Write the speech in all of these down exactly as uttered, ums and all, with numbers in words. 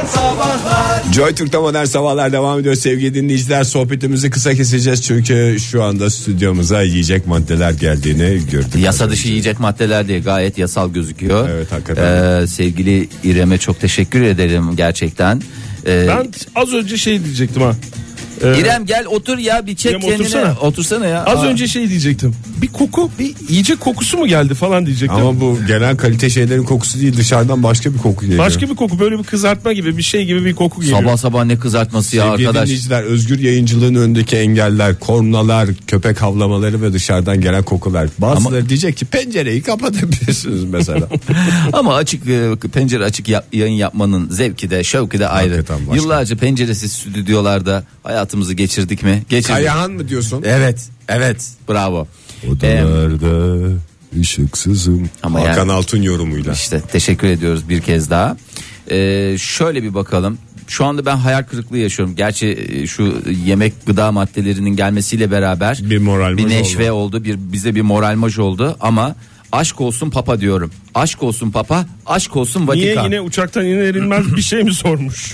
Joy Türk'te modern sabahlar devam ediyor sevgili dinleyiciler. Sohbetimizi kısa keseceğiz çünkü şu anda stüdyomuza yiyecek maddeler geldiğini gördük. Yasa dışı yiyecek maddeler diye gayet yasal gözüküyor. Evet, hakikaten. Ee, sevgili İrem'e çok teşekkür ederim gerçekten. Ee, Ben az önce şey diyecektim ha. Ee, İrem gel otur ya bir çek İrem, kendine. Otursana. Otursana ya. Az Aa. önce şey diyecektim. Bir koku, bir yiyecek kokusu mu geldi falan diyecektim. Ama bu gelen kalite şeylerin kokusu değil, dışarıdan başka bir koku geliyor. Başka bir koku, böyle bir kızartma gibi bir şey gibi bir koku geliyor. Sabah sabah ne kızartması ya Sevgili arkadaş. dinleyiciler, özgür yayıncılığın önündeki engeller, kornalar, köpek havlamaları ve dışarıdan gelen kokular. Bazıları Ama... diyecek ki pencereyi kapatabilirsiniz mesela. Ama açık pencere açık yap, yayın yapmanın zevki de şevki de ayrı. Yıllarca penceresiz stüdyolarda hayatımızı geçirdik mi? Geçirdik. Kayahan mı diyorsun? Evet, evet. Bravo. Odalarda ee, ışıksızım. Ama Hakan yani, Altun yorumuyla. İşte teşekkür ediyoruz bir kez daha. Ee, şöyle bir bakalım. Şu anda ben hayal kırıklığı yaşıyorum. Gerçi şu yemek gıda maddelerinin gelmesiyle beraber bir moral bir neşve oldu. oldu. Bir bize bir moral maj oldu ama aşk olsun papa diyorum. Aşk olsun papa, aşk olsun Vatikan. Niye yine uçaktan inerilmez bir şey mi sormuş?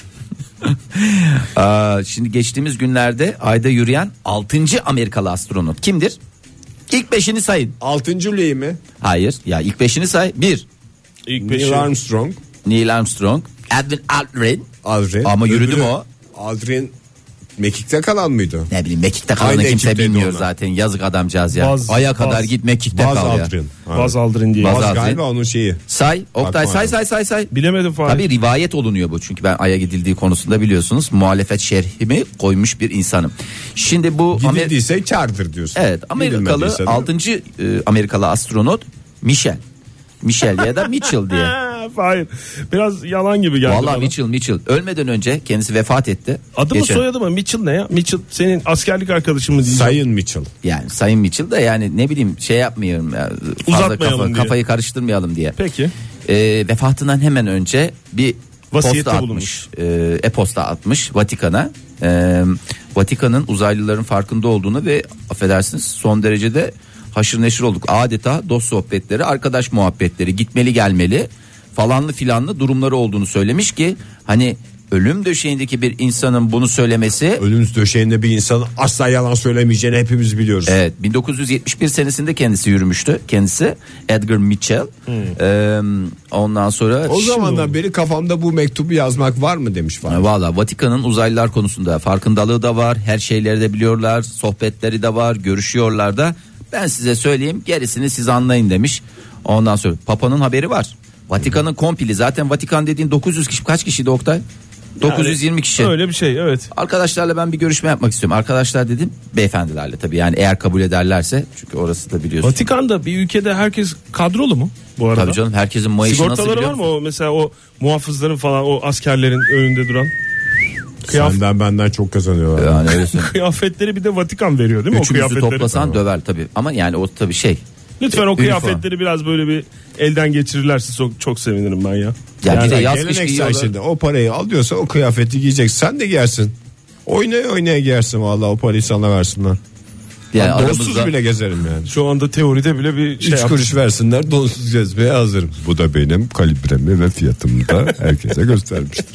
Aa, şimdi geçtiğimiz günlerde ayda yürüyen altıncı Amerikalı astronot kimdir? İlk beşini sayın. altıncı Lee mi? Hayır ya, ilk beşini say. Bir İlk Neil Armstrong. Neil Armstrong. Edwin Aldrin. Aldrin. Ama yürüdü Öbürü, mü o? Aldrin Mekik'te kalan mıydı? Ne bileyim, Mekik'te kalanı kimse bilmiyor zaten. Yazık adamcağız ya. Baz, Aya baz, kadar git Mekik'te kal Aldrin. ya. Evet. Baz Aldrin diye. Baz galiba onun şeyi. Say Oktay, say say say say. Bilemedim falan. Tabii rivayet olunuyor bu. Çünkü ben Ay'a gidildiği konusunda biliyorsunuz muhalefet şerhimi koymuş bir insanım. Şimdi bu gidildiyse Amer- kârdır diyorsun. Evet, Amerikalı altıncı E, Amerikalı astronot Michel. Michel ya da Mitchell diye. Hayır. Biraz yalan gibi geldi. Vallahi Mitchell Mitchell ölmeden önce kendisi vefat etti. Adı mı soyadı mı? Mitchell ne ya? Mitchell senin askerlik arkadaşın mı diyeceğim? Sayın Mitchell. Yani Sayın Mitchell da yani ne bileyim şey yapmayalım ya, fazla kafa, kafayı karıştırmayalım diye. Peki. E, vefatından hemen önce bir vasiyette posta atmış. E, e-posta atmış Vatikan'a. E, Vatikan'ın uzaylıların farkında olduğunu ve affedersiniz son derecede haşır neşir olduk. Adeta dost sohbetleri, arkadaş muhabbetleri, gitmeli gelmeli falanlı filanlı durumları olduğunu söylemiş ki hani ölüm döşeğindeki bir insanın bunu söylemesi. Ölüm döşeğinde bir insanın asla yalan söylemeyeceğini hepimiz biliyoruz. Evet, bin dokuz yüz yetmiş bir senesinde kendisi yürümüştü. Kendisi Edgar Mitchell. Hmm. Ee, ondan sonra. O zamandan beri kafamda bu mektubu yazmak var mı demiş falan. Valla Vatikan'ın uzaylılar konusunda farkındalığı da var. Her şeyleri de biliyorlar. Sohbetleri de var. Görüşüyorlar da. Ben size söyleyeyim, gerisini siz anlayın demiş. Ondan sonra Papa'nın haberi var. Vatikan'ın kompili, zaten Vatikan dediğin dokuz yüz kişi, kaç kişiydi Oktay? dokuz yüz yirmi kişi. Öyle bir şey, evet. Arkadaşlarla ben bir görüşme yapmak istiyorum. Arkadaşlar dedim beyefendilerle tabii, yani eğer kabul ederlerse, çünkü orası da biliyorsun. Vatikan'da bir ülkede herkes kadrolu mu bu arada? Tabii canım, herkesin maaşı nasıl biliyor sigortaları var mı o, mesela o muhafızların falan, o askerlerin önünde duran? Kıyaf... Senden benden çok kazanıyorlar. Yani öyleyse. Kıyafetleri bir de Vatikan veriyor değil mi? Üçümüzü o kıyafetleri toplasan tamam. Döver tabii. Ama yani o tabii şey. Lütfen o kıyafetleri biraz böyle bir elden geçirirlerse çok, çok sevinirim ben ya. Ya yani bir de yaz kış giyiyorlar. Şimdi o parayı alıyorsa o kıyafeti giyecek. Sen de giyersin. Oynaya oynaya giyersin vallahi, o parayı sana versinler. Yani ben donsuz aramızda... bile gezerim yani. Şu anda teoride bile bir şey. Üç kuruş versinler, donsuz gezmeye hazırım. Bu da benim kalibremi ve fiyatımı da herkese göstermiştir.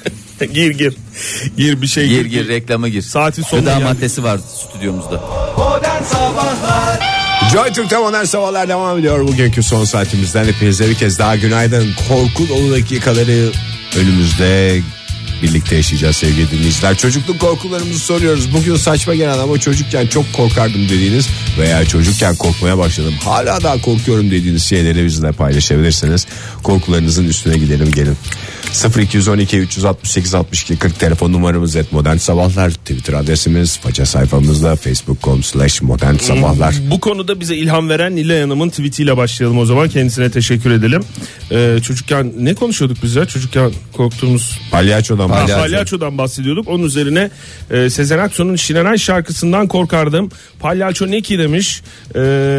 Gir gir. Gir bir şey gir. Gir gir, gir reklamı gir. Saati sonuna gıda geldi. maddesi var stüdyomuzda. Modern Sabahlar. Joy Türk'te modern sabahlar devam ediyor. Bugünkü son saatimizden hepinize bir kez daha günaydın. Korku dolu dakikaları önümüzde birlikte yaşayacağız sevgili dinleyiciler. Çocukluk korkularımızı soruyoruz. Bugün saçma gelen ama çocukken çok korkardım dediğiniz veya çocukken korkmaya başladım, hala daha korkuyorum dediğiniz şeyleri bizimle paylaşabilirsiniz. Korkularınızın üstüne gidelim gelin. sıfır iki on iki üç altı sekiz altmış iki kırk telefon numaramız, et modern sabahlar, Twitter adresimiz, faça sayfamızda facebook nokta com slash modern sabahlar. Bu konuda bize ilham veren Nilay Hanım'ın tweetiyle başlayalım o zaman, kendisine teşekkür edelim. Ee, çocukken ne konuşuyorduk biz ya, çocukken korktuğumuz palyaçodan, Palyaço. palyaçodan bahsediyorduk. Onun üzerine e, Sezen Aksu'nun Şirenay şarkısından korkardım, palyaço ne ki demiş. E,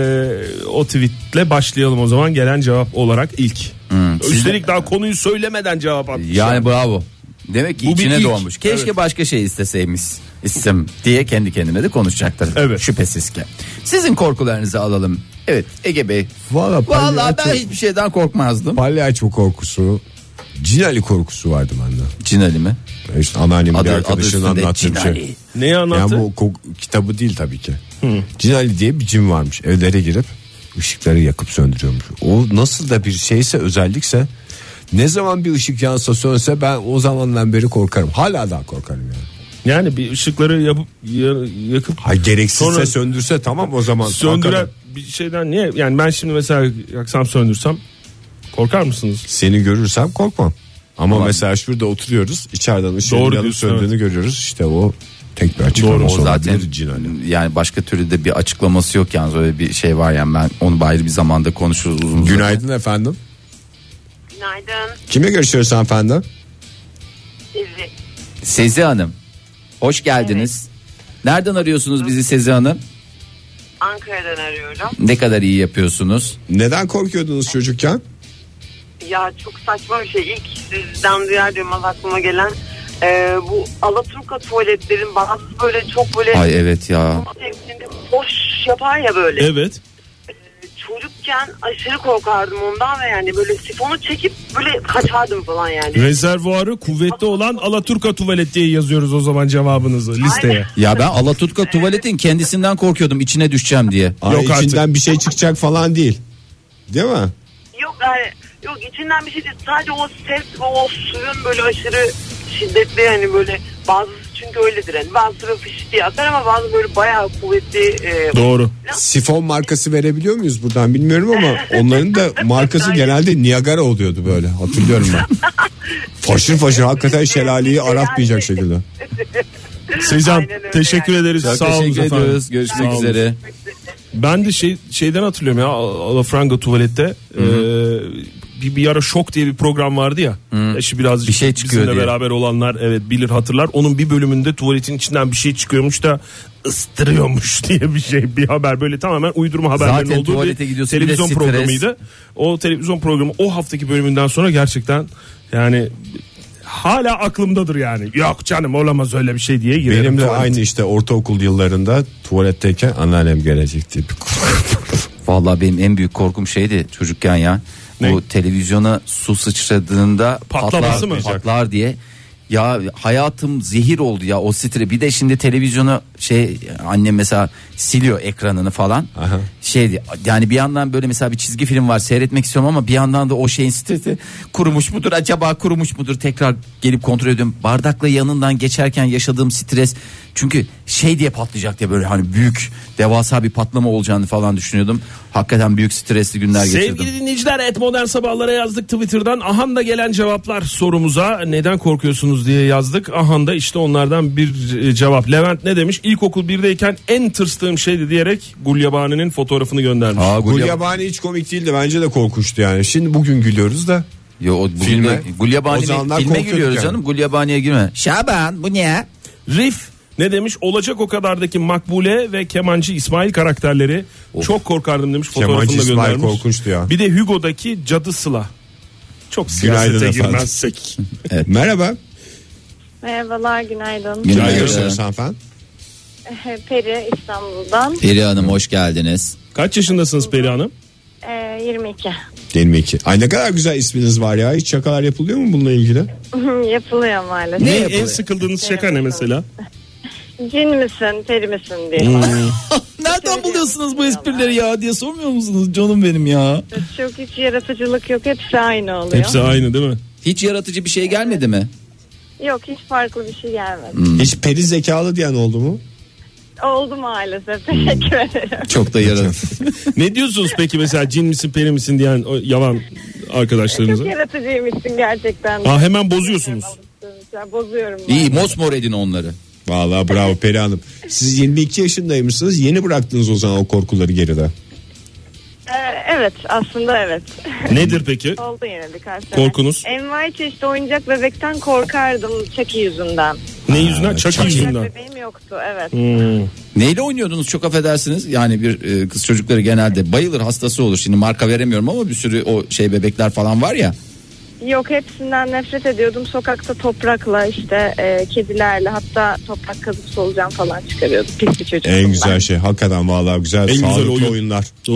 o tweetle başlayalım o zaman gelen cevap olarak ilk. Hmm, Üstelik siz... daha konuyu söylemeden cevap atmış. Yani, yani bravo. Demek ki bu içine doğmuş. Keşke evet. başka şey isteseymiş istem diye kendi kendine de konuşacaktır. Evet. Şüphesiz ki. Sizin korkularınızı alalım. Evet Ege Bey. Vallahi Vallahi ben hiçbir şeyden korkmazdım. Palyaço korkusu Cinali korkusu vardı bende. Cinali mi? İşte anneannemin bir Adı, adı arkadaşının üstünde anlattığı bir şey. Cinali. Neyi anlattı? Yani bu ko- kitabı değil tabii ki. Cinali diye bir cin varmış. Evlere girip ışıkları yakıp söndürüyormuş. O nasıl da bir şeyse, özellikse, ne zaman bir ışık yansa sönse ben o zamandan beri korkarım. Hala daha korkarım yani. Yani bir ışıkları yapıp ya- yakıp Ha, gereksizse sonra söndürse tamam o zaman. söndüren hakikaten. bir şeyden niye? Yani ben şimdi mesela yaksam söndürsem korkar mısınız? Seni görürsem korkmam. Ama, Ama- mesela şurada oturuyoruz, içeriden ışığın Doğru yanıp diyorsun, söndüğünü evet. görüyoruz. İşte o tek bir Doğru, açıklaması O zaten olabilir Cinali. yani başka türlü de bir açıklaması yok yani, öyle bir şey var yani, ben onu ayrı bir zamanda konuşuruz uzun uzun. Günaydın efendim. Günaydın. Kime görüşüyoruz efendim? Sizi. Sezi Hanım, hoş geldiniz. Nereden arıyorsunuz bizi Sezi Hanım? Ankara'dan arıyorum. Ne kadar iyi yapıyorsunuz. Neden korkuyordunuz çocukken? Ya çok saçma bir şey. İlk sizden duyar duymaz aklıma gelen e, bu Alaturka tuvaletlerin bazı böyle çok böyle Ay evet ya. şeklinde boş yapar ya böyle. Evet. Çocukken aşırı korkardım ondan ve yani böyle sifonu çekip böyle kaçardım falan yani. Rezervuarı kuvvetli olan Alaturka tuvalet diye yazıyoruz o zaman cevabınızı listeye. Ya ben Alaturka tuvaletin kendisinden korkuyordum, içine düşeceğim diye. Ay, Yok içinden artık. bir şey çıkacak falan değil. Değil mi? Yok yani yok içinden bir şey değil. Sadece o ses ve o suyun böyle aşırı şiddetli yani böyle bazı çünkü öyledir yani bazıları fış diye atar ama bazı böyle bayağı kuvvetli. E, Doğru. Sifon markası verebiliyor muyuz buradan bilmiyorum ama onların da markası genelde Niagara oluyordu böyle, hatırlıyorum ben. Faşır faşır hakikaten şelaleyi aratmayacak şekilde. Sezen Aynen öyle teşekkür yani. ederiz. Çok Sağ olun teşekkür efendim. ediyoruz. Görüşmek Sağ olun. üzere. Ben de şey şeyden hatırlıyorum ya, Alafranga tuvalette e, bir, bir ara Şok diye bir program vardı ya. Eşi biraz Bir şey çıkıyor bizimle diye. beraber olanlar evet bilir hatırlar. Onun bir bölümünde tuvaletin içinden bir şey çıkıyormuş da ıstırıyormuş diye bir şey, bir haber, böyle tamamen uydurma haberlerin Zaten olduğu tuvalete bir gidiyorsun, bir de televizyon stres. programıydı. O televizyon programı o haftaki bölümünden sonra gerçekten yani hala aklımdadır yani. Yok canım olamaz öyle bir şey diye girerim. Benim de tuvalete. aynı işte ortaokul yıllarında tuvaletteyken anneannem gelecek diye bir Vallahi benim en büyük korkum şeydi çocukken ya. Ne? Bu televizyona su sıçradığında Patlaması patlar, mı? patlar diye. Ya hayatım zehir oldu ya o stre. Bir de şimdi televizyonu şey, annem mesela siliyor ekranını falan. Aha. Şeydi yani, bir yandan böyle mesela bir çizgi film var seyretmek istiyorum ama bir yandan da o şeyin stresi, kurumuş mudur acaba, kurumuş mudur, tekrar gelip kontrol ediyorum. Bardakla yanından geçerken yaşadığım stres, çünkü şey diye patlayacak diye böyle hani büyük devasa bir patlama olacağını falan düşünüyordum. Hakikaten büyük stresli günler geçirdim. Sevgili dinleyiciler, et modern sabahlara yazdık Twitter'dan. Ahan da gelen cevaplar sorumuza, neden korkuyorsunuz diye yazdık. Ahan da işte onlardan bir e, cevap. Levent ne demiş? İlkokul birdeyken en tırstığım şeydi diyerek Gulyabani'nin fotoğrafını göndermiş. Aa, Gulya- Gulyabani hiç komik değildi, bence de korkunçtu yani. Şimdi bugün gülüyoruz da. Yo, o Filme. Filme. Gulyabani O zamanlar filme korkuyorduk gülüyoruz yani. canım. Gulyabani'ye girme. Şaban bu ne? Rif ne demiş? Olacak o kadardaki Makbule ve kemancı İsmail karakterleri çok korkardım demiş, fotoğrafını Kemancı da İsmail göndermiş. korkunçtu ya. Bir de Hugo'daki cadı Sıla. Çok Günaydın siyasete efendim. girmezsek. Merhaba. Merhabalar, günaydın. Kime Günaydın. görüşüyoruz hanımefendi? Peri İstanbul'dan. Peri Hanım hoş geldiniz. Kaç yaşındasınız Peri Hanım? Ee, yirmi iki. yirmi iki. Ay ne kadar güzel isminiz var ya. Hiç şakalar yapılıyor mu bununla ilgili? Yapılıyor maalesef. Ne, yapılıyor? en sıkıldığınız şaka ne mesela? Cin misin, peri misin diye. Hmm. Nereden buluyorsunuz bu esprileri ya diye sormuyor musunuz canım benim ya? Çok hiç yaratıcılık yok. Hepsi aynı oluyor. Hepsi aynı değil mi? Hiç yaratıcı bir şey gelmedi mi? Yok, hiç farklı bir şey gelmedi. Hiç peri zekalı diyen oldu mu? Oldu maalesef. Teşekkür ederim. Çok da yaratıcı. Ne diyorsunuz peki mesela cin misin peri misin diyen o yalan arkadaşlarınıza? Çok yaratıcıymışsın gerçekten. Aa, hemen bozuyorsunuz. Bozuyorum. İyi, maalesef. mosmor edin onları. Vallahi bravo Peri Hanım. Siz yirmi iki yaşındaymışsınız. Yeni bıraktınız o zaman o korkuları geride. Ee, evet, aslında evet. Nedir peki? Oldu yine birkaç sene. Korkunuz? Envai çeşit oyuncak bebekten korkardım Chucky yüzünden. Ne yüzünden? Çaki Chucky. yüzünden. Oyuncak bebeğim yoktu, evet. Hmm. Neyle oynuyordunuz çok affedersiniz? Yani bir e, kız çocukları genelde bayılır, hastası olur. Şimdi marka veremiyorum ama bir sürü o şey bebekler falan var ya. Yok, hepsinden nefret ediyordum. Sokakta toprakla işte e, kedilerle, hatta toprak kazıp solucan falan çıkarıyordum. Pis bir çocuktum En ben. güzel şey. Hakikaten vallahi güzel. En güzel Sağlıklı oyun. oyunlar. Doğru.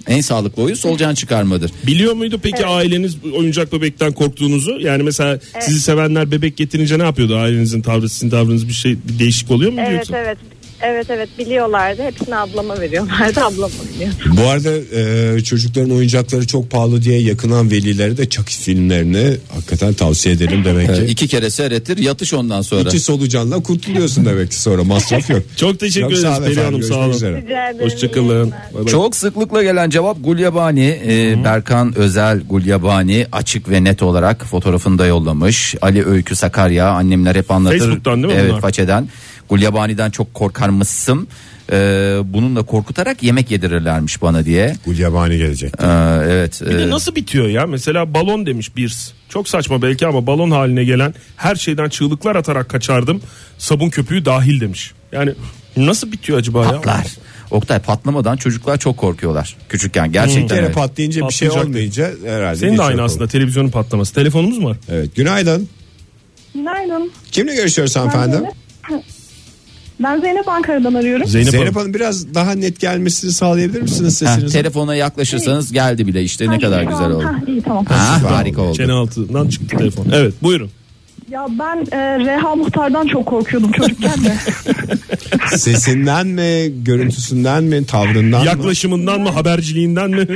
En sağlıklı oyun solucan çıkarmadır. Biliyor muydu peki Evet. aileniz oyuncak bebekten korktuğunuzu? Yani mesela sizi sevenler bebek getirince ne yapıyordu? Ailenizin tavrı, sizin tavrınız bir şey bir değişik oluyor muydu Evet yoksa? evet. Evet evet biliyorlardı. Hepsini ablama veriyorlardı. Ablam oynuyor. Bu arada e, çocukların oyuncakları çok pahalı diye yakınan velilere de Chucky filmlerini hakikaten tavsiye edelim demek Ee, ki. iki kere seyrettir, yatış ondan sonra. İki solucanla kurtuluyorsun demek ki, sonra masraf yok. Çok teşekkür Çok sağ ederiz olun Peri efendim, Hanım, sağ görüşmek olun. üzere. Rica ederim. Hoşçakalın. Bay bay. Çok sıklıkla gelen cevap Gulyabani. Ee, Berkan Özel Gulyabani açık ve net olarak fotoğrafını da yollamış. Ali Öykü Sakarya, annemler hep anlatır. Facebook'tan değil mi Evet, bunlar? façeden. Gulyabani'den çok korkar mısın? Ee, bununla korkutarak yemek yedirirlermiş bana diye. Gulyabani gelecek. Ee, evet. Bir de e, nasıl bitiyor ya? Mesela balon demiş Birs. Çok saçma belki ama balon haline gelen her şeyden çığlıklar atarak kaçardım. Sabun köpüğü dahil demiş. Yani nasıl bitiyor acaba ya? patlar. Oktay, patlamadan çocuklar çok korkuyorlar küçükken Bir gerçekten. kere öyle. patlayınca bir şey Patlayacak olmayınca herhalde. Senin de geçiyor aynı konu. aslında televizyonun patlaması. Telefonumuz mu var? Evet, günaydın. Günaydın. Kimle görüşüyoruz hanımefendi? Zeynep. Ben Zeynep Ankara'dan arıyorum. Zeynep, Zeynep Hanım. Hanım, biraz daha net gelmesini sağlayabilir misiniz Heh, sesinizi? telefona yaklaşırsanız geldi bile işte, ne Ha, kadar şu güzel an- oldu. Ha, iyi tamam. Ha, Süper harika oldu. Çene altından çıktı telefon. Evet buyurun. Ya ben e, Reha Muhtar'dan çok korkuyordum çocukken de. Sesinden mi, görüntüsünden mi, tavrından mı? Yaklaşımından mı, haberciliğinden mi?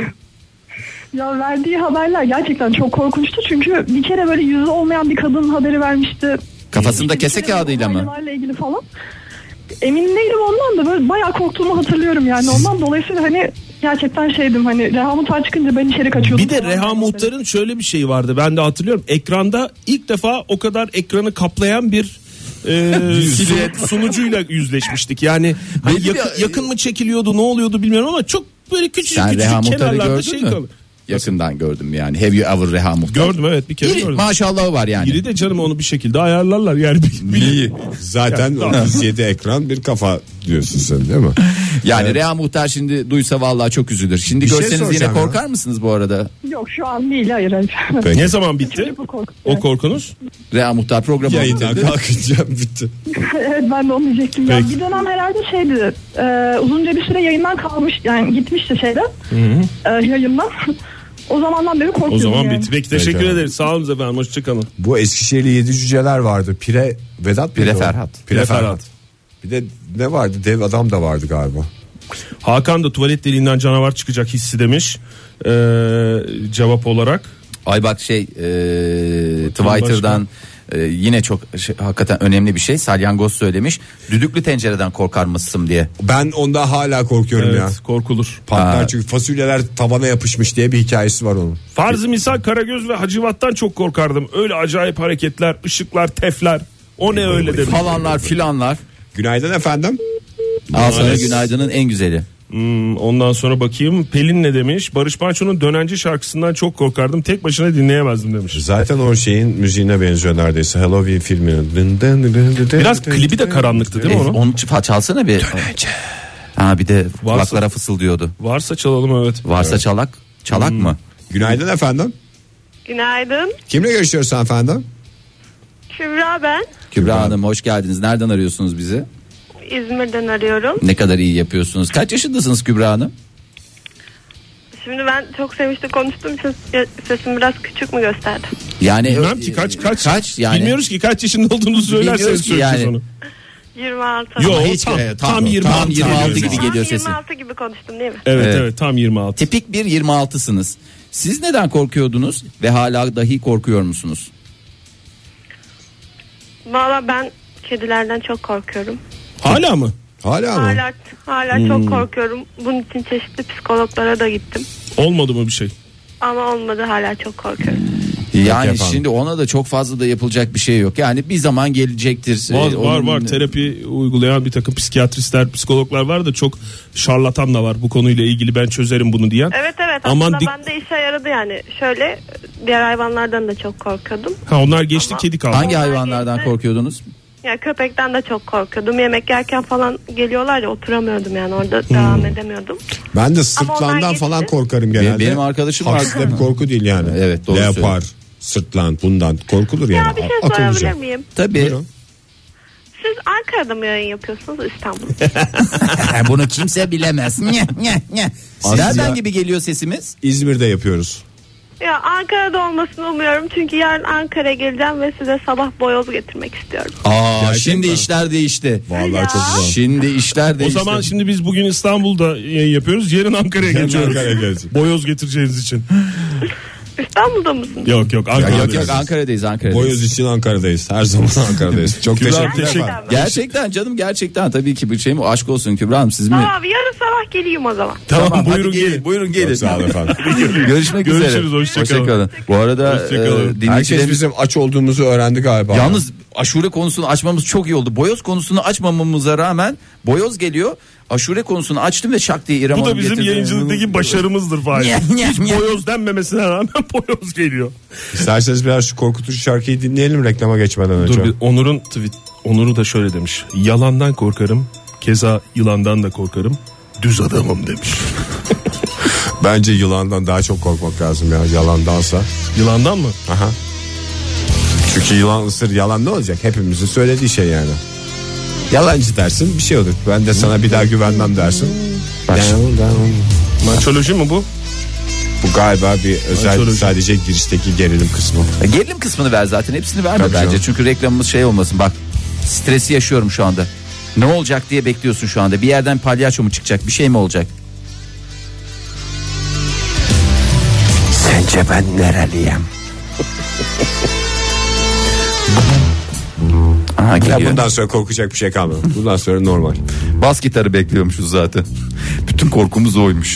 Ya verdiği haberler gerçekten çok korkunçtu. Çünkü bir kere böyle yüzü olmayan bir kadının haberi vermişti. Kafasında İşte bir kese kere kağıdıyla mı? olaylarla ilgili falan. Emin değilim ondan da böyle bayağı korktuğumu hatırlıyorum yani. Ondan dolayısıyla hani gerçekten şeydim, hani Reha Muhtar çıkınca ben içeri kaçıyordum. Bir de falan. Reha Muhtar'ın şöyle bir şeyi vardı, ben de hatırlıyorum. Ekranda ilk defa o kadar ekranı kaplayan bir e, su- sunucuyla yüzleşmiştik. Yani hani Belli yakın, bir- yakın mı çekiliyordu, ne oluyordu bilmiyorum ama çok böyle küçücük Sen küçücük Reha Muhtar'ı kenarlarda gördün şey mü? kalıyor. Yakından gördüm yani. Have you ever Reha Muhtar? Gördüm evet, bir kere İri, gördüm. maşallahı var yani. Biri de canım onu bir şekilde ayarlarlar yani. Neyi? Zaten Yani, otuz yedi ekran bir kafa diyorsun sen, değil mi? Yani Evet. Reha Muhtar şimdi duysa vallahi çok üzülür. Şimdi Bir şey görseniz yine soracağım ya. korkar mısınız bu arada? Yok şu an değil, hayır hayır. Peki. Ne zaman bitti Bu korku. o korkunuz? Reha Muhtar programı Yayından bitirdi. kalkınca bitti. Evet ben de onu diyecektim. Ya, Peki. bir dönem herhalde şeydi, e, uzunca bir süre yayından kalmış, yani gitmişti şeyden, e, yayından. O zamandan beri korkuyorum O zaman yani. bitti. Peki teşekkür Peki. ederiz. Sağ olun efendim. Hoşçakalın. Bu Eskişehirli yedi cüceler vardı. Pire Vedat mıydı Pire o? Ferhat. Pire Pire Ferhat. Ferhat. Bir de ne vardı? Dev adam da vardı galiba. Hakan da tuvalet deliğinden canavar çıkacak hissi demiş. Ee, cevap olarak. Ay bak şey e, Twitter'dan e, yine çok şey, hakikaten önemli bir şey. Salyangoz söylemiş. Düdüklü tencereden korkar mısın diye. Ben onda hala korkuyorum Evet, ya. korkulur. Patlar Ha. çünkü fasulyeler tavana yapışmış diye bir hikayesi var onun. Farzı misal Karagöz ve Hacivat'tan çok korkardım. Öyle acayip hareketler, ışıklar, tefler. O ne öyle dedim. Falanlar filanlar. Günaydın efendim. Al sana Maalesef. günaydının en güzeli. Hmm, ondan sonra bakayım. Pelin ne demiş? Barış Manço'nun Dönenci şarkısından çok korkardım. Tek başına dinleyemezdim demiş. Zaten o şeyin müziğine benziyor neredeyse. Halloween filminin. Dın dın dın dın dın Biraz dın klibi de dın. karanlıktı değil E, mi onun? onu ç- çalsana bir. Ha bir de Varsa- kulaklara fısıldıyordu. Varsa çalalım evet. Varsa çalak. Çalak mı? Günaydın efendim. Günaydın. Kimle görüşüyoruz efendim? Kübra ben. Kübra Hanım hoş geldiniz. Nereden arıyorsunuz bizi? İzmir'den arıyorum. Ne kadar iyi yapıyorsunuz. Kaç yaşındasınız Kübra Hanım? Şimdi ben çok sevinçli konuştuğum için sesim biraz küçük mü gösterdi? Yani Bilmem ki kaç kaç. Kaç yani? Bilmiyoruz ki kaç yaşında olduğunu söylerseniz Bilmiyoruz ki söyleyeceğiz yani. onu. yirmi altı. Yok hiç- tam, e, tam, tam- yirmi altı, tam yirmi altı geliyor. gibi Tam geliyor sesi. yirmi altı gibi konuştum değil mi? Evet, Evet. evet tam yirmi altı. Tipik bir yirmi altısınız. Siz neden korkuyordunuz ve hala dahi korkuyor musunuz? Valla ben kedilerden çok korkuyorum. Hala mı? Hala mı? Hala hala çok korkuyorum. Bunun için çeşitli psikologlara da gittim. Olmadı mı bir şey? Ama olmadı, hala çok korkuyorum. Yani efendim. şimdi ona da çok fazla da yapılacak bir şey yok. Yani bir zaman gelecektir. Var Ee, var, onun- var. Terapi uygulayan bir takım psikiyatristler, psikologlar var da çok şarlatan da var bu konuyla ilgili, ben çözerim bunu diyen. Evet evet, Aman aslında dik- bende işe yaradı yani. Şöyle, diğer hayvanlardan da çok korkuyordum. Ha onlar geçti, Ama- kedi kaldı. Hangi Onlar hayvanlardan geçti. korkuyordunuz? Ya köpekten de çok korkuyordum. Yemek yerken falan geliyorlar ya, oturamıyordum yani, orada devam edemiyordum. Ben de onlar sırtlandan geçti. falan korkarım genelde. Benim arkadaşım var. Haksız da bir korku değil yani. Evet, doğru Leopar, söylüyorsun. sırtlan bundan korkulur yani. Ya bir şey Akıllıca. sorabilir miyim? Tabii. Buyurun. Siz Siz Ankara'da mı yayın yapıyorsunuz, İstanbul'da? Bunu kimse bilemez. Nereden gibi geliyor sesimiz? İzmir'de yapıyoruz. Ya Ankara'da olmasını umuyorum çünkü yarın Ankara'ya geleceğim ve size sabah boyoz getirmek istiyorum. Aa, Gerçekten şimdi mi? işler değişti. Vallahi çok güzel. Şimdi işler O değişti. zaman şimdi biz bugün İstanbul'da yayın yapıyoruz. Yarın Ankara'ya Yarın geçiyoruz. Ankara'ya geleceğiz. Boyoz getireceğiniz için. İstanbul'da mısın? Yok yok Ya Ankara'dayız. yok yok Ankara'dayız Ankara'dayız. Boyoz için Ankara'dayız. Her zaman Ankara'dayız. Çok Kübra, teşekkür teşekkür- ederim. Gerçekten canım gerçekten tabii ki bir şey mi aşk olsun Kübra Hanım siz mi? Tamam, yarın sabah geleyim o zaman. Tamam, hadi buyurun gelin. Buyurun gelin. Çok sağ olun efendim. Görüşmek üzere. Görüşürüz, hoşça kalın. Bu arada Hoşça kalın. e, Herkes dinleyicilerimiz bizim aç olduğumuzu öğrendi galiba. yalnız aşure konusunu açmamız çok iyi oldu. Boyoz konusunu açmamamıza rağmen boyoz geliyor. Aşure konusunu açtım ve şak diye İrem Bu da Hanım bizim getirdi. yayıncılıktaki başarımızdır Fahir. Hiç boyoz denmemesine rağmen boyoz geliyor. İsterseniz biraz şu korkutucu şarkıyı dinleyelim reklama geçmeden önce. Dur bir Onur'un tweet. Onur'u da şöyle demiş. Yalandan korkarım. Keza yılandan da korkarım. Düz adamım demiş. Bence yılandan daha çok korkmak lazım ya, yalandansa. Yılandan mı? Aha. Çünkü yılan ısır, yalan ne olacak? Hepimizin söylediği şey yani. Yalancı dersin, bir şey olur. Ben de sana bir daha güvenmem dersin. Down, down. Mançoloji mi bu? Bu galiba bir özel, Mançoloji. sadece girişteki gerilim kısmı. E, Gerilim kısmını ver zaten hepsini verme Tabii bence. canım. Çünkü reklamımız şey olmasın bak. Stresi yaşıyorum şu anda. Ne olacak diye bekliyorsun şu anda. Bir yerden palyaço mu çıkacak bir şey mi olacak? Sence ben nereliyim? Aha, Ya geliyor. bundan sonra korkacak bir şey kalmadı. Bundan sonra normal. Bas gitarı bekliyormuşuz zaten. Bütün korkumuz oymuş.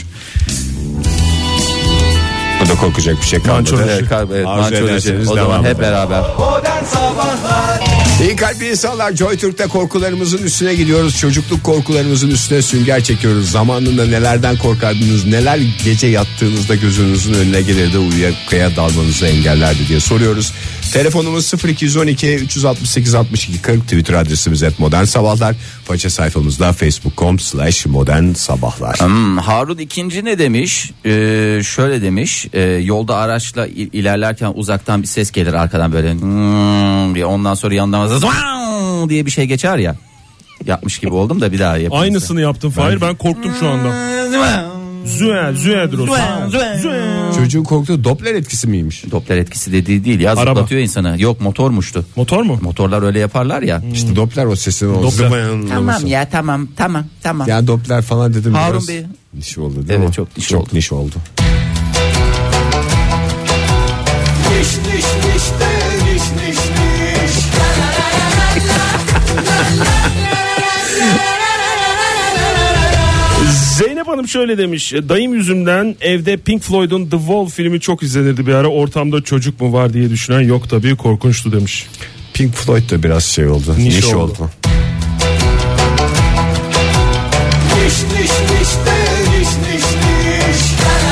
Bu da korkacak bir şey kalmadı. Mançoloji. Evet, kar- evet, Arzu mançoloji. ederseniz O zaman devam hep edelim. beraber. Modern Sabahlar İyi kalpli insanlar, Joy Türk'te korkularımızın üstüne gidiyoruz. Çocukluk korkularımızın üstüne sünger çekiyoruz. Zamanında nelerden korkardınız, neler gece yattığınızda gözünüzün önüne gelirdi, uykuya dalmanızı engellerdi diye soruyoruz. Telefonumuz sıfır iki on iki üç altı sekiz altmış iki kırk, Twitter adresimiz et modern sabahlar. Faça sayfamızda facebook nokta com slash modern sabahlar. Hmm, Harun ikinci ne demiş? Ee, şöyle demiş. E, yolda araçla il- ilerlerken uzaktan bir ses gelir arkadan böyle hmm diye, ondan sonra yandan "Zıvang" diye bir şey geçer ya. Yapmış gibi oldum da bir daha yapayım. Aynısını yaptın Fahir. Ben korktum şu anda. Züe, züedir o. Züe. Çocuğun korktuğu Doppler etkisi miymiş? Doppler etkisi dediği değil ya, Araba. zıplatıyor insanı. Yok, motormuştu. Motor mu? Motorlar öyle yaparlar ya. İşte Doppler o sesini o Doppler. zımayanlaması. Tamam ya, tamam tamam tamam. Ya Doppler falan dedim Harun biraz Bey. niş oldu değil Evet, mi? çok niş çok oldu. niş oldu. Niş niş niş de niş niş niş. Zeynep Hanım şöyle demiş. Dayım yüzümden evde Pink Floyd'un The Wall filmi çok izlenirdi bir ara. Ortamda çocuk mu var diye düşünen yok tabii, korkunçtu demiş. Pink Floyd da biraz şey oldu. Niş Niş, oldu. oldu. Niş niş niş de niş niş niş.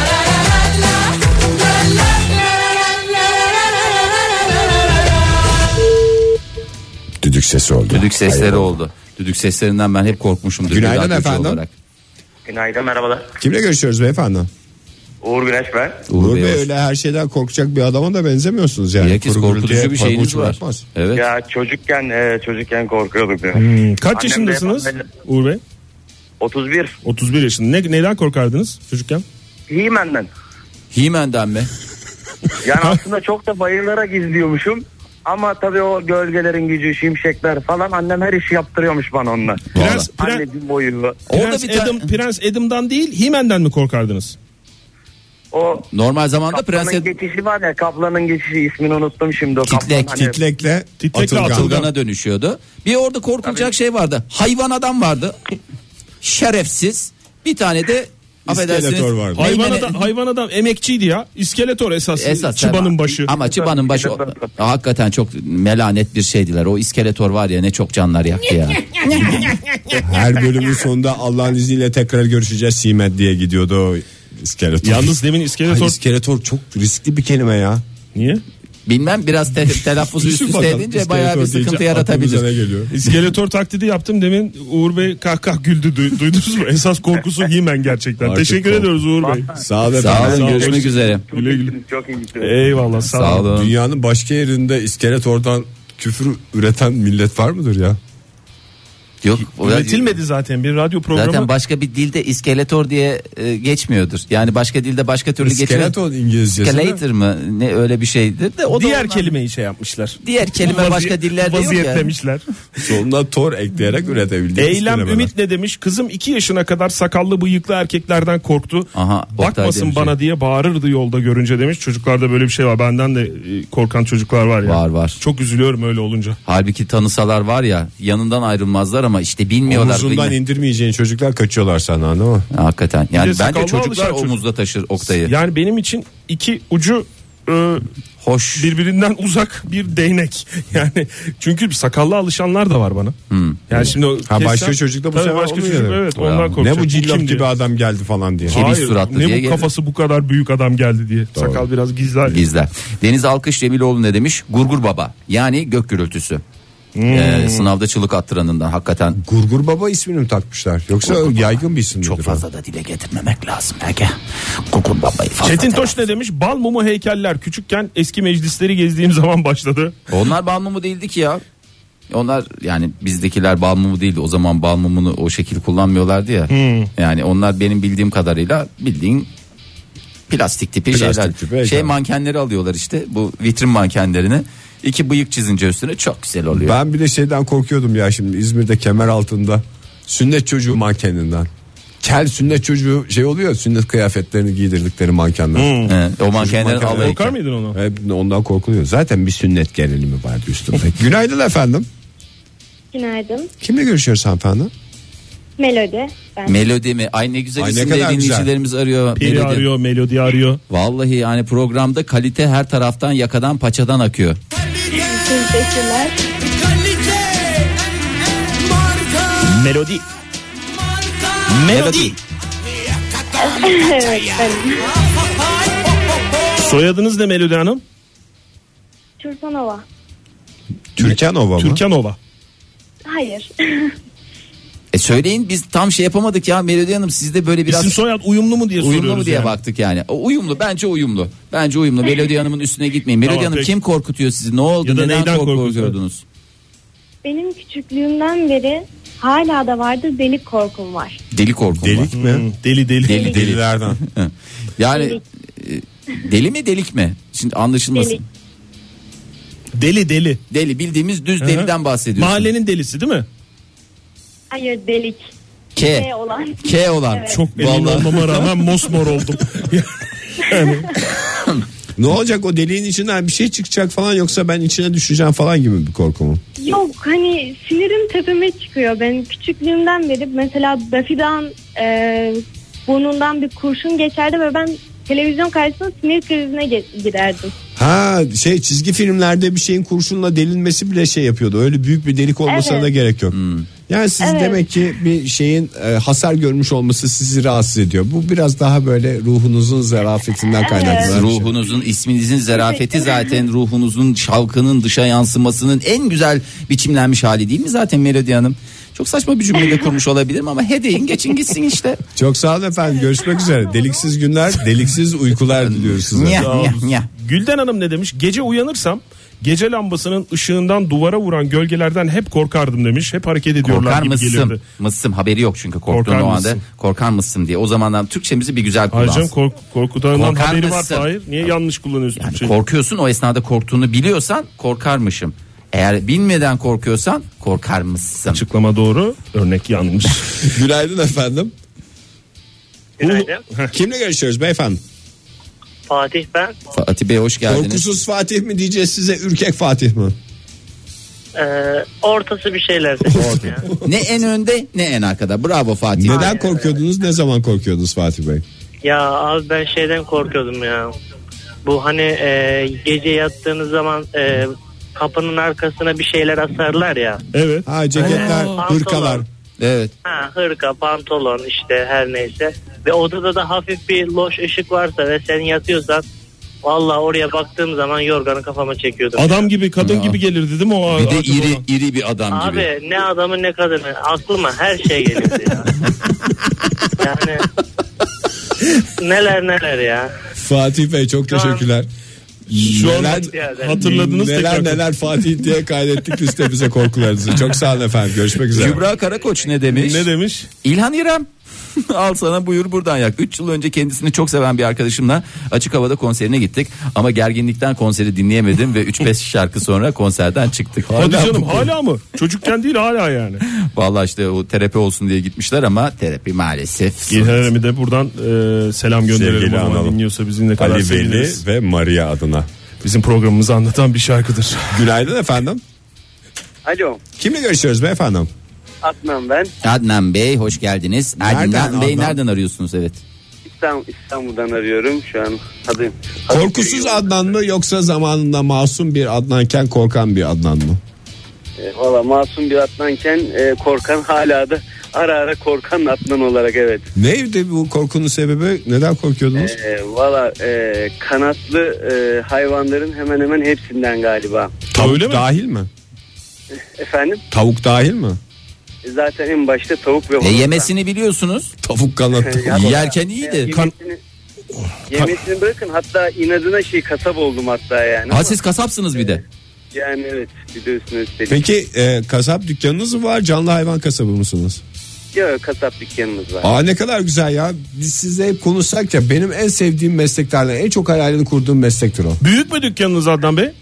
Düdük sesi oldu. Düdük sesleri Hayır. oldu. Düdük seslerinden ben hep korkmuşumdur. Günaydın bir radyocu efendim. olarak. Günaydın, merhabalar. Kimle görüşüyoruz beyefendi? Uğur Güneş ben. Uğur Uğur Bey, Bey, hoş- öyle her şeyden korkacak bir adama da benzemiyorsunuz yani. Bilakis Kuru korkutucu gürültüye bir şeyiniz korkunç var. bırakmaz. Evet. Ya çocukken e, çocukken korkuyorduk. Yani. Hmm, kaç Annem de yaşındasınız hep- Uğur Bey? otuz bir. otuz bir yaşında. Ne, neyden korkardınız çocukken? He-Man'den. He-Man'den mi? Yani aslında çok da bayırlara gizliyormuşum. Ama tabii o gölgelerin gücü, şimşekler falan, annem her işi yaptırıyormuş bana onlar. Prens, Prens, Anneciğim boyuyla. Orada Prens, bir ta- Adam, Prens Adam'dan değil, He-Man'den mi korkardınız? O Normal zamanda kaplanın Prens geçişi var ya, kaplanın geçişi, ismini unuttum şimdi. O Titrek, kaplan, hani- Titlekle, Titlekle atılgan. atılgan. Atılgan'a dönüşüyordu. Bir orada korkulacak şey vardı. Hayvan adam vardı. Şerefsiz. Bir tane de affedersiniz. İskeletor vardı. Hayvan Meymene- adam, hayvan adam emekçiydi ya. İskeletor esas. Esas Çıbanın ama- başı. Ama çıbanın başı o- hakikaten çok melanet bir şeydiler. O iskeletor var ya, ne çok canlar yaktı ya. Her bölümün sonunda Allah'ın izniyle tekrar görüşeceğiz Simet diye gidiyordu o iskeletor. Yalnız demin Ay, iskeletor... iskeletor çok riskli bir kelime ya. Niye? Bilmem, biraz te- telaffuzu üst Düşün üste bakalım, edince iskeletor bayağı bir deyince sıkıntı aklımıza ne yaratabilir. geliyor? İskeletor taklidi yaptım demin. Uğur Bey kahkah güldü. Du- duydunuz mu? Esas korkusu He-Man gerçekten. Artık Teşekkür kork- ediyoruz Uğur Bey. Sağ olun Sağ efendim. olun, görüşmek Hoş- üzere. Çok Güle güle. iyisiniz, çok iyisiniz. Eyvallah, sağ, Sağ olun. olun. Dünyanın başka yerinde iskeletordan küfür üreten millet var mıdır ya? Yok. Üretilmedi zaten bir radyo programı. Zaten başka bir dilde iskeletor diye e, geçmiyordur. Yani başka dilde başka türlü geçiyor. İskeletor İngilizcesi mi? İskeletor mı? Ne öyle bir şeydir de o Diğer da ondan... kelimeyi şey yapmışlar. Diğer kelime Vazi- başka dillerde yok ya. Vaziyetlemişler. Sonuna tor ekleyerek üretebildiğimiz Eylem kelimeler. Ümit ne demiş? Kızım iki yaşına kadar sakallı bıyıklı erkeklerden korktu. Aha, Oktay Bakmasın demiş bana ya. diye bağırırdı yolda görünce demiş. Çocuklarda böyle bir şey var. Benden de e, korkan çocuklar var ya. Var, var. Çok üzülüyorum öyle olunca. Halbuki tanısalar var ya yanından ayrılmazlar ama işte bilmiyorlar. Omuzundan Bilmi- indirmeyeceğin çocuklar kaçıyorlar senden değil mi? Hakikaten. Yani de bence sakallı çocuklar alışan çocuk. omuzda taşır Oktay'ı. Yani benim için iki ucu e, Hoş. birbirinden uzak bir değnek. Yani çünkü sakallı alışanlar da var bana. Hmm. Yani şimdi o Ha kessen- başka çocuk da bu Tabii sefer başka oluyor çocuk yani. evet Ya, ondan korkacak. Ne bu cillop kim gibi diye. adam geldi falan diye. Kemiz Hayır, suratlı ne diye bu gelir. kafası bu kadar büyük adam geldi diye. Sakal biraz gizler. Gizler. Deniz Alkış Cemiloğlu ne demiş? Gurgur Baba. Yani gök gürültüsü. Hmm. Ee, sınavda çığlık attıranından hakikaten Gurgur Baba ismini mi takmışlar? Yoksa Gurgur yaygın bir isim midir? çok o? fazla da dile getirmemek lazım. Ege. Gurgur Baba'yı fazla. Çetin telaffuz- Toş ne demiş? Bal mumu heykeller küçükken eski meclisleri gezdiğim zaman başladı. Onlar bal mumu değildi ki ya. Onlar yani bizdekiler bal mumu değildi. O zaman bal mumunu o şekil kullanmıyorlardı ya. Hmm. Yani onlar benim bildiğim kadarıyla bildiğin plastik tipi Plastik şeyler. tipi, evet. Şey mankenleri alıyorlar işte bu vitrin mankenlerini. İki bıyık çizince üstüne çok güzel oluyor. Ben bir de şeyden korkuyordum ya şimdi İzmir'de kemer altında sünnet çocuğu mankeninden. Kel sünnet çocuğu şey oluyor sünnet kıyafetlerini giydirdikleri mankenler. He, o mankenlerin mankenler. alayı. Korkar mıydın onu? Hep ondan korkuluyor. Zaten bir sünnet gerilimi vardı üstümde. Günaydın efendim. Günaydın. Kimle görüşüyoruz hanımefendi? Melodi. Ben. Melodi mi? Ay ne güzel Ay ne isimleri kadar güzel. dinleyicilerimiz arıyor. Peri Melodi. arıyor, melodi arıyor. Vallahi yani programda kalite her taraftan yakadan paçadan akıyor. Teşekkürler. Melodi. Melodi. Evet benim. Soyadınız ne Melodi Hanım? Çursanova. Türkanova mı? Türkanova. Hayır. E söyleyin biz tam şey yapamadık ya Melodi Hanım sizde böyle biraz İsim soyad uyumlu mu diye uyumlu soruyoruz mu diye yani. baktık yani. O uyumlu bence uyumlu. Bence uyumlu. Melodi Hanım'ın üstüne gitmeyin. Melodi Tamam, Hanım peki. kim korkutuyor sizi? Ne oldu? Ya da Neden neyden korku- korkuyorsunuz? korkuyordunuz? Benim küçüklüğümden beri hala da vardır delik korkum var. Deli korkum var. Delik mi? Hmm, deli deli. Deli deli. Delilerden. Yani Delik. e, deli mi delik mi? Şimdi anlaşılmasın. Delik. Deli deli. Deli bildiğimiz düz Hı hı. deliden bahsediyorsun. Mahallenin delisi değil mi? Hayır delik. K. K olan. K olan. Evet. Çok emin Vallahi. olmama rağmen mosmor oldum. Ne olacak o deliğin içinden bir şey çıkacak falan yoksa ben içine düşeceğim falan gibi bir korku mu? Yok hani sinirim tepeme çıkıyor. Ben küçüklüğümden beri mesela Daffy'den e, burnundan bir kurşun geçerdi ve ben televizyon karşısında sinir krizine ge- girerdim. Ha şey çizgi filmlerde bir şeyin kurşunla delinmesi bile şey yapıyordu. Öyle büyük bir delik olmasına Evet. da gerek yok. Yani siz Evet. demek ki bir şeyin e, hasar görmüş olması sizi rahatsız ediyor. Bu biraz daha böyle ruhunuzun zarafetinden kaynaklanan bir şey. Ruhunuzun, isminizin zarafeti zaten ruhunuzun şalkının dışa yansımasının en güzel biçimlenmiş hali değil mi zaten Melodi Hanım? Çok saçma bir cümlede kurmuş olabilirim ama he deyin geçin gitsin işte. Çok sağ olun efendim. Görüşmek üzere. Deliksiz günler, deliksiz uykular diliyoruz size. Nya, nya, nya. Gülden Hanım ne demiş? Gece uyanırsam gece lambasının ışığından duvara vuran gölgelerden hep korkardım demiş. Hep hareket ediyorlar Korkar gibi mısın? gelirdi. Mısın haberi yok çünkü korktuğun Korkar o anda mısın? korkar mısın diye. O zamandan Türkçemizi bir güzel Hayır kullansın. canım kork, korkudan Korkar haberi mısın? var. Hayır. Niye yanlış kullanıyorsun Yani Türkçeyi? korkuyorsun o esnada korktuğunu biliyorsan korkarmışım. Eğer bilmeden korkuyorsan korkar mısın? Açıklama doğru, örnek yanlış. Günaydın efendim. Günaydın. Kimle görüşüyoruz beyefendi? Fatih ben. Fatih Bey hoş geldiniz. Korkusuz Fatih mi diyeceğiz size, ürkek Fatih mi? Ee, ortası bir şeyler. Orta. Ne en önde ne en arkada. Bravo Fatih. Neden korkuyordunuz? Ne zaman korkuyordunuz Fatih Bey? Ya abi ben şeyden korkuyordum ya. Bu hani e, gece yattığınız zaman e, kapının arkasına bir şeyler asarlar ya. Evet. Ha ceketler, Aa. hırkalar. Evet. Ha, hırka, pantolon işte her neyse. Ve odada da hafif bir loş ışık varsa ve sen yatıyorsan vallahi oraya baktığım zaman yorganı kafama çekiyordum. Adam gibi, kadın Ya. gibi gelirdi değil mi o? Bir de artık iri olan? iri bir adam Abi gibi. ne adamı ne kadını aklıma her şey gelirdi ya. Yani neler neler ya. Fatih Bey çok Şu an- teşekkürler. Şu an Neler- hat- hatırladınız neler tekrar. neler Fatih diye kaydettik listemize korkularınızı. Çok sağ olun efendim. Görüşmek üzere. Kübra Karakoç ne demiş? Ne demiş? İlhan İrem. Al sana buyur buradan yak. üç yıl önce kendisini çok seven bir arkadaşımla açık havada konserine gittik. Ama gerginlikten konseri dinleyemedim ve üç beş şarkı sonra konserden çıktık. Hadi canım bu- hala mı? Çocukken değil hala yani. Vallahi işte o terapi olsun diye gitmişler ama terapi maalesef. İlhan de buradan e, selam gönderelim. Sevgili O zaman analım. dinliyorsa bizi ne kadar Ali Veli seviniriz. ve Maria adına. Bizim programımızı anlatan bir şarkıdır. Günaydın efendim. Alo, Kimle görüşüyoruz beyefendi? Adnan ben. Adnan Bey hoş geldiniz. Nereden Adnan Bey Adnan? nereden arıyorsunuz? Evet. İstanbul, İstanbul'dan arıyorum şu an. Adım. Korkusuz Adnan mı yoksa zamanında masum bir Adnanken korkan bir Adnan mı? E, Valla masum bir Adnanken e, korkan, hala da ara ara korkan Adnan olarak, evet. Neydi bu korkunun sebebi? Neden korkuyordunuz? E, Valla e, kanatlı e, hayvanların hemen hemen hepsinden galiba. Tavuk Öyle mi? dahil mi? Efendim? Tavuk dahil mi? Zaten en başta tavuk ve E, horoz. yemesini biliyorsunuz. Tavuk kanatlı. Ya, Yerken e, iyiydi. Kan- Yemesini, yemesini bırakın, hatta inadına şey kasap oldum hatta yani. Ha Ama siz kasapsınız bir de. yani evet, bir de üstüne üstelik. Peki e, kasap dükkanınız mı var? Canlı hayvan kasabı mısınız? Yok, kasap dükkanımız var. Aa ne kadar güzel ya. Biz sizle hep konuşsak ya, benim en sevdiğim mesleklerden en çok hayalini kurduğum meslektir o. Büyük mü dükkanınız Adnan Bey?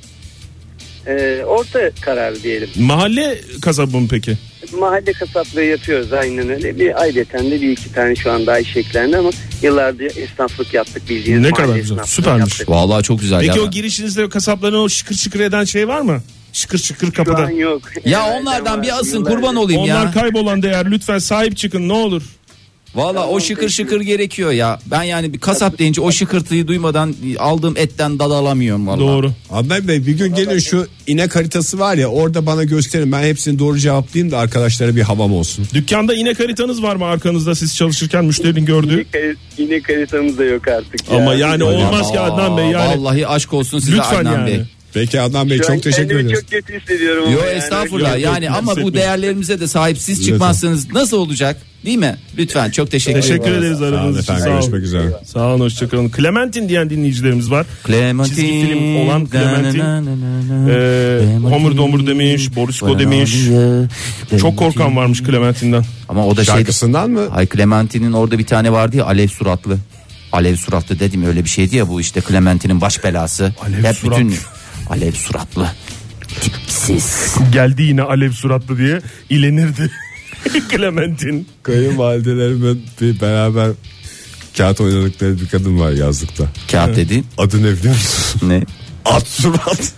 E, orta karar diyelim. Mahalle kasabı mı peki? Mahalle kasaplığı yapıyoruz, aynen öyle. Bir ayrıyeten de bir iki tane şu an daha iş eklendi ama yıllardır esnaflık yaptık, bildiğiniz Ne mahalle kadar güzel, esnaflığı süpermiş. yaptık. Vallahi çok güzel Peki ya. o girişinizde kasapların o şıkır şıkır eden şey var mı? Şıkır şıkır Şu kapıda. an yok. Ya Evet, onlardan ama bir asın yıllardır- kurban olayım Onlar ya. kaybolan değer, lütfen sahip çıkın ne olur. Valla o şıkır şıkır gerekiyor ya. Ben yani bir kasap deyince o şıkırtıyı duymadan aldığım etten dad alamıyorum valla. Doğru. Adnan Bey bir gün gelin, şu inek haritası var ya, orada bana gösterin. Ben hepsini doğru cevaplayayım da arkadaşlara bir havam olsun. Dükkanda inek haritanız var mı arkanızda, siz çalışırken müşterinin gördüğü? Yine, yine haritamız da yok artık. Ya. Ama yani olmaz ki Adnan Bey yani. Vallahi aşk olsun size Lütfen Adnan yani. Bey. Peki Adnan Bey Şu an çok teşekkür kendimi ederiz. çok kötü hissediyorum. Yo ama yani. estağfurullah Yok, yok, yani ama bu hissetmeyin. değerlerimize de sahipsiz çıkmazsanız nasıl olacak değil mi? Lütfen çok teşekkür, Teşekkür ederim. ederiz Sağ olun aranız için. efendim, Sağ olun. görüşmek üzere. Sağ olun, hoşçakalın. Clementine diyen dinleyicilerimiz var. Clementine, Çizgi film olan Clementine. na, na, na, na, Ee, na. Homur Domur demiş, Borisko demiş. Çok korkan varmış Clementine'den. Ama o da şey. Şarkısından mı? Ay Clementine'in orada bir tane vardı ya, alev suratlı. Alev suratlı dedim, öyle bir şeydi ya bu işte Clementine'in baş belası. Alev Hep surat. bütün alev suratlı. Tipsiz. Geldi yine alev suratlı diye ilenirdi. Clementine. Kayınvalidelerimin bir beraber kağıt oynadıkları bir kadın var yazlıkta. Kağıt dediğin Adı ne biliyor musun? ne? At surat.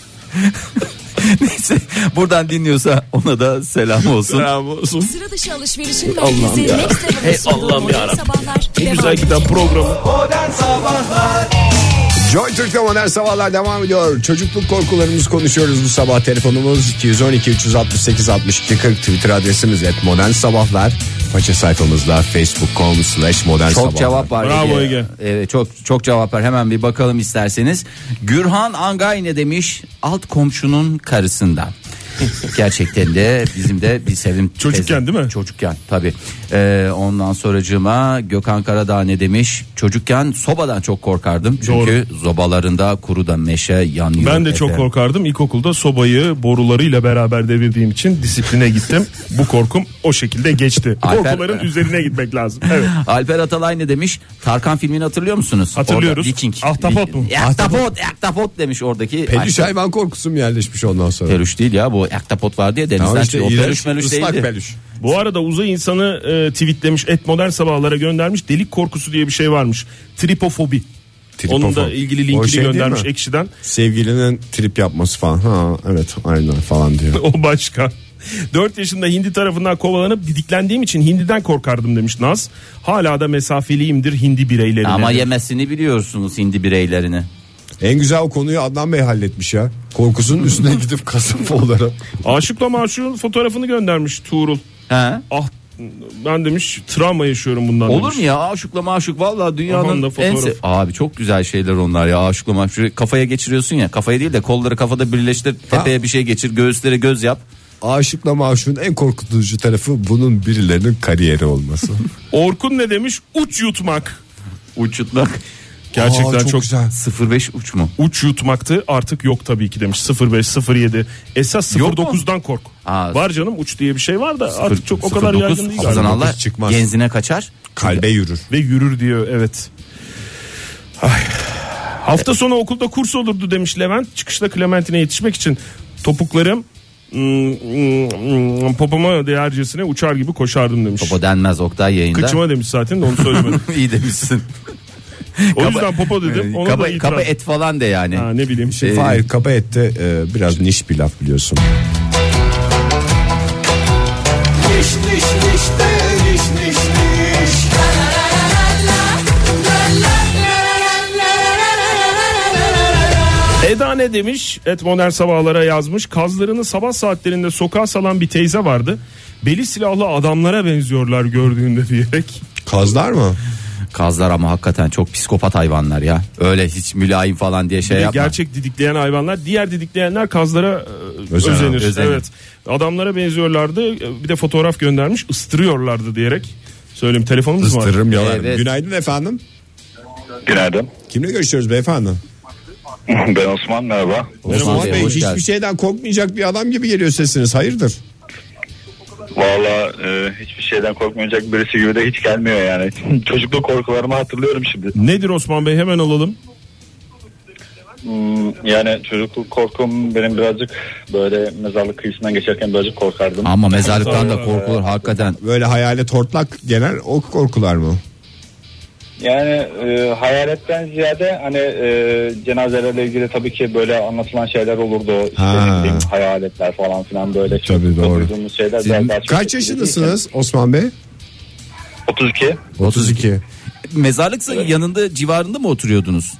Neyse buradan dinliyorsa ona da selam olsun. Selam olsun. Sıra dışı alışverişin merkezi Next Level'ın sunduğu Allah'ım Modern yarabbim. Sabahlar Ne devam güzel giden edecek. programı. Modern Sabahlar Joy Türk'te modern sabahlar devam ediyor. Çocukluk korkularımızı konuşuyoruz bu sabah. Telefonumuz iki on iki üç altı sekiz altmış iki kırk. Twitter adresimiz et modern sabahlar. Faça sayfamızda facebook nokta com slash modern sabahlar. Çok cevap var. Bravo Ege. Evet, çok çok cevap var. Hemen bir bakalım isterseniz. Gürhan Angay ne demiş? Alt komşunun karısından. Gerçekten de bizim de bir sevim. Çocukken değil mi? Çocukken tabii. Ee, ondan sonracığıma Gökhan Karadağ ne demiş? Çocukken sobadan çok korkardım. Çünkü sobalarında kuru da meşe yanıyor. Ben de çok efendim. korkardım. İlkokulda sobayı borularıyla beraber devirdiğim için disipline gittim. Bu korkum o şekilde geçti. Alper- Korkuların üzerine gitmek lazım. Evet. Alper Atalay ne demiş? Tarkan filmini hatırlıyor musunuz? Hatırlıyoruz. Orada Viking. Ahtapot mu? Ahtapot, ahtapot demiş oradaki. Peluş hayvan korkusu mu yerleşmiş ondan sonra? Peluş değil ya, bu ahtapot vardı ya denizden. Tamam işte, çıkıyor. O iğrenç, peluş meluş ıslak değildi. peluş. Bu arada uzay insanı e, tweetlemiş, et modern sabahlara göndermiş. Delik korkusu diye bir şey varmış. Tripofobi. Tripofobi. Onun da ilgili O linkini şey değil göndermiş mi? Ekşi'den. Sevgilinin trip yapması falan. Ha evet aynen falan diyor. O başka. dört yaşında hindi tarafından kovalanıp didiklendiğim için hindiden korkardım demiş Naz. Hala da mesafeliyimdir hindi bireylerine. Ama yemesini biliyorsunuz hindi bireylerini. En güzel o konuyu Adnan Bey halletmiş ya. Korkusunun üstüne gidip kasıp olarak. Aşıkla Maşuk'un fotoğrafını göndermiş Tuğrul. He? Ah ben demiş travma yaşıyorum bundan Olur demiş. mu ya, aşıkla maşuk vallahi Aman da dünyanın en fotoğraf. se- abi çok güzel şeyler onlar ya, aşıkla maşuk. Kafaya geçiriyorsun ya, kafaya değil de kolları kafada birleştir, tepeye bir şey geçir, göğüslere göz yap. Aşıkla Maşuk'un en korkutucu tarafı bunun birilerinin kariyeri olması. Orkun ne demiş? Uç yutmak. Uçutmak. Gerçekten Aa, çok çok güzel. sıfır beş uç mu? uç yutmaktı, artık yok tabii ki demiş. sıfır beş sıfır yedi esas sıfır dokuzdan kork. Aa, var canım, uç diye bir şey var da sıfır, artık çok o sıfır kadar dokuz, yaygın değil hafızan galiba. Allah çıkmaz. genzine kaçar. Kalbe yürür. Ve yürür diyor, evet. Ay. Hafta sonu okulda kurs olurdu demiş Levent. Çıkışta Clementine yetişmek için topuklarım hmm, popoma değercesine uçar gibi koşardım demiş. Popo denmez Oktay yayında. Kıçıma demiş zaten de onu söylemedim. İyi demişsin. O yüzden popo dedim. Ona kaba, da itiraz. kaba et falan de yani. Ha, ne bileyim. Şey, Ee, Fahir kaba ette e, biraz niş bir laf biliyorsun. Niş niş niş de niş niş niş. Eda ne demiş? Et modern sabahlara yazmış. Kazlarını sabah saatlerinde sokağa salan bir teyze vardı. Beli silahlı adamlara benziyorlar gördüğünde diyerek. Kazlar mı? Kazlar ama hakikaten çok psikopat hayvanlar ya. Öyle hiç mülayim falan diye şey Bir de yapma. gerçek didikleyen hayvanlar. Diğer didikleyenler kazlara e, Özen- özenir. özenir. Evet. Adamlara benziyorlardı. Bir de fotoğraf göndermiş. Istırıyorlardı diyerek. Söyleyeyim, telefonumuz mu var? Istırırım yalan. Evet. Günaydın efendim. Günaydın. Kimle görüşüyoruz beyefendi? Ben Osman, merhaba. Osman Bey, Bey, hoş hiçbir geldin. şeyden korkmayacak bir adam gibi geliyor sesiniz. Hayırdır? Valla e, hiçbir şeyden korkmayacak birisi gibi de hiç gelmiyor yani. Çocukluk korkularımı hatırlıyorum şimdi. Nedir Osman Bey, hemen alalım. Hmm, yani çocukluk korkum benim birazcık böyle mezarlık kıyısından geçerken birazcık korkardım. Ama mezarlıktan da korkulur hakikaten. Böyle hayalet hortlak genel o korkular mı? Yani e, hayaletten ziyade hani e, cenazelerle ilgili tabii ki böyle anlatılan şeyler olurdu. İşte Ha. ne bileyim, hayaletler falan filan böyle. çok Tabii, doğru. duyduğumuz şeyler. Siz biraz daha çok kaç yaşındasınız Osman Bey? otuz iki. otuz iki. Mezarlıksa yanında civarında mı oturuyordunuz?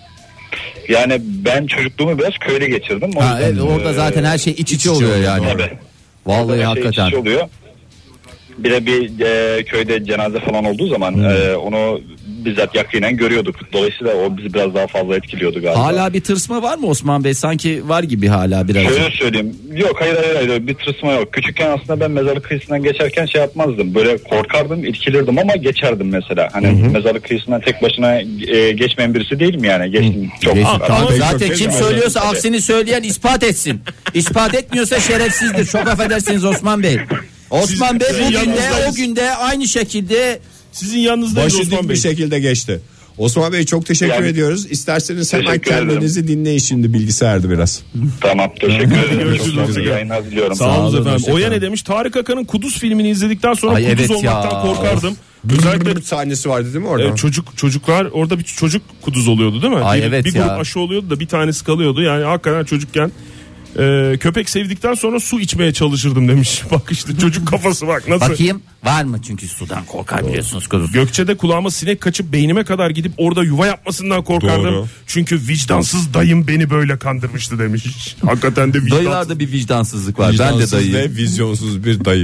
Yani ben çocukluğumu biraz köyde geçirdim. O Ha, yüzden, evet, orada e, zaten her şey iç içe oluyor yani. Tabii. Vallahi Her şey hakikaten. iç içe oluyor. Bir de bir e, köyde cenaze falan olduğu zaman Hmm. e, onu bizzat yakinen görüyorduk. Dolayısıyla o bizi biraz daha fazla etkiliyordu galiba. Hala bir tırsma var mı Osman Bey? Sanki var gibi hala biraz. Şöyle söyleyeyim. Yok hayır hayır hayır bir tırsma yok. Küçükken aslında ben mezarlık kıyısından geçerken şey yapmazdım. Böyle korkardım, irkilirdim ama geçerdim mesela. Hani mezarlık kıyısından tek başına e, geçmeyen birisi değilim yani. Geçtim çok. Geçti. Aa, Tamam, Bey, zaten çok kim güzel. söylüyorsa aksini söyleyen ispat etsin. İspat etmiyorsa şerefsizdir. Çok affedersiniz Osman Bey. Osman Bey sizin bugün de yanınızdayız. o günde aynı şekilde Sizin yanınızdayız Başı Osman dik Bey. bir şekilde geçti. Osman Bey çok teşekkür Yani- ediyoruz. İsterseniz hemen Teşekkür ederim. kendinizi dinleyin, şimdi bilgisayarda biraz. Tamam teşekkür ederim. Görüşürüz. Çok iyi yayınlar diliyorum. Sağ olun olun, efendim. hoşça Oya kalın. ne demiş? Tarık Akan'ın Kuduz filmini izledikten sonra Ay, Kuduz evet ya. olmaktan korkardım. Özellikle Bir sahnesi vardı değil mi orada? e, çocuk çocuklar orada bir çocuk kuduz oluyordu değil mi? Ay, bir, evet bir ya. grup aşı oluyordu da bir tanesi kalıyordu. Yani hakikaten çocukken e, köpek sevdikten sonra su içmeye çalışırdım demiş. Bak işte çocuk kafası bak nasıl. bakayım var mı? Çünkü sudan korkar biliyorsunuz kuduz. Gökçe'de kulağıma sinek kaçıp beynime kadar gidip orada yuva yapmasından korkardım. Doğru. Çünkü vicdansız dayım beni böyle kandırmıştı demiş. Hakikaten de vicdansız. Dayılarda bir vicdansızlık var. Ben de Vicdansız dayıyım. ve vizyonsuz bir dayı.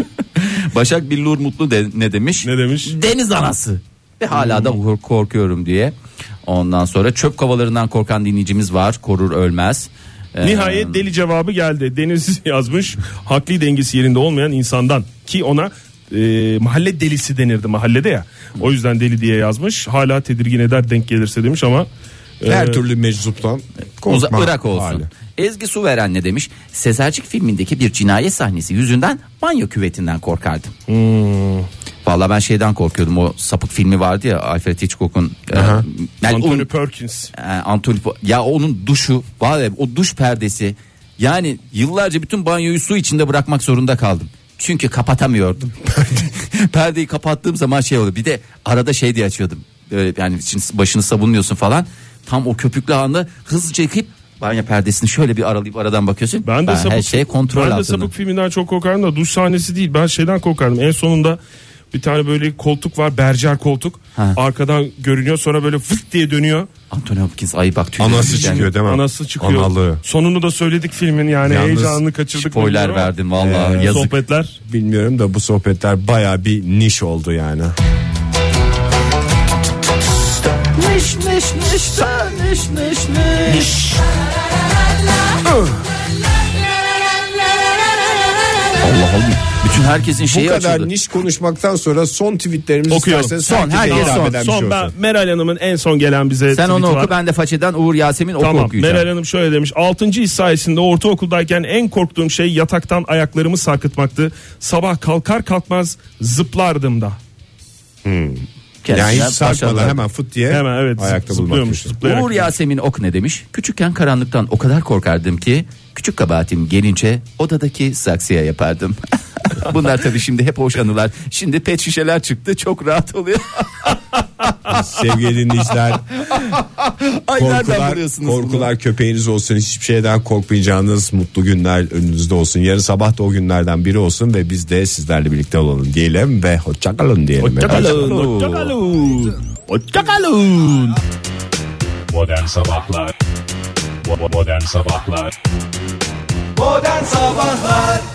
Başak Billur Mutlu de, ne demiş? Ne demiş? Deniz anası. Ve hala da kork- korkuyorum diye. Ondan sonra çöp kovalarından korkan dinleyicimiz var. Korur ölmez. Ee, Nihayet deli cevabı geldi. Deniz yazmış. Hakli dengesi yerinde olmayan insandan ki ona e, mahalle delisi denirdi mahallede ya. O yüzden deli diye yazmış. Hala tedirgin eder denk gelirse demiş ama e, Her türlü meczuptan Uza, korkma Irak olsun. hali. Ezgi Suveren ne demiş? Sezercik filmindeki bir cinayet sahnesi yüzünden banyo küvetinden korkardım. Hmm. Vallahi ben şeyden korkuyordum. O sapık filmi vardı ya Alfred Hitchcock'un. E, yani Anthony onun- Perkins. e, Anthony Po- ya onun duşu var ya, o duş perdesi. Yani yıllarca bütün banyoyu su içinde bırakmak zorunda kaldım. Çünkü kapatamıyordum. Perdeyi kapattığım zaman şey oldu. Bir de arada şey diye açıyordum. Böyle yani için başını sabunluyorsun falan. Tam o köpüklü anda hızlıca yıkayıp banyo perdesini şöyle bir aralayıp aradan bakıyorsun. Ben de her sapık, şey kontrol ben de altında. sapık filminden çok korkardım da duş sahnesi değil. Ben şeyden korkardım. En sonunda bir tane böyle koltuk var, berjer koltuk. Ha. Arkadan görünüyor, sonra böyle fıt diye dönüyor. Anthony Hopkins ay bak tüylerim Anası diken- çıkıyor değil mi? Anası çıkıyor. Analı. Sonunu da söyledik filmin, yani Yalnız heyecanını kaçırdık. Spoiler bilmiyorum ama verdim vallahi Ee, yazık. Sohbetler. Bilmiyorum da bu sohbetler baya bir niş oldu yani. Niş niş niş da, niş niş niş. Allah Allah. Bütün herkesin şeyi Bu kadar açıldı. niş konuşmaktan sonra son tweetlerimizi Okuyalım. isterseniz Son, herkese herkes hitap son. eden bir Son şey ben olsun. Meral Hanım'ın en son gelen bize Sen onu tweet'i oku, var. ben de façeden Uğur Yasemin oku Tamam. okuyacağım. Meral Hanım şöyle demiş. altıncı his sayesinde ortaokuldayken en korktuğum şey yataktan ayaklarımı sarkıtmaktı. Sabah kalkar kalkmaz zıplardım da. Kendisinden Yani hiç sarkmadan başarılar. hemen fıt diye Hemen evet ayakta bulmak. zıplıyormuş. için. Zıplayarak. Uğur Yasemin ok ne demiş? Küçükken karanlıktan o kadar korkardım ki küçük kabahatim gelince odadaki saksıya yapardım. Bunlar tabii şimdi hep hoş anılar. Şimdi pet şişeler çıktı, çok rahat oluyor. Sevgili dinleyiciler, Ay nereden korkular, buluyorsunuz korkular köpeğiniz olsun, hiçbir şeyden korkmayacağınız mutlu günler önünüzde olsun. Yarın sabah da o günlerden biri olsun ve biz de sizlerle birlikte olalım diyelim ve hoşçakalın diyelim. Hoşçakalın. Hoşçakalın. Hoşçakalın. Modern Sabahlar Bo- Modern Sabahlar Modern Sabahlar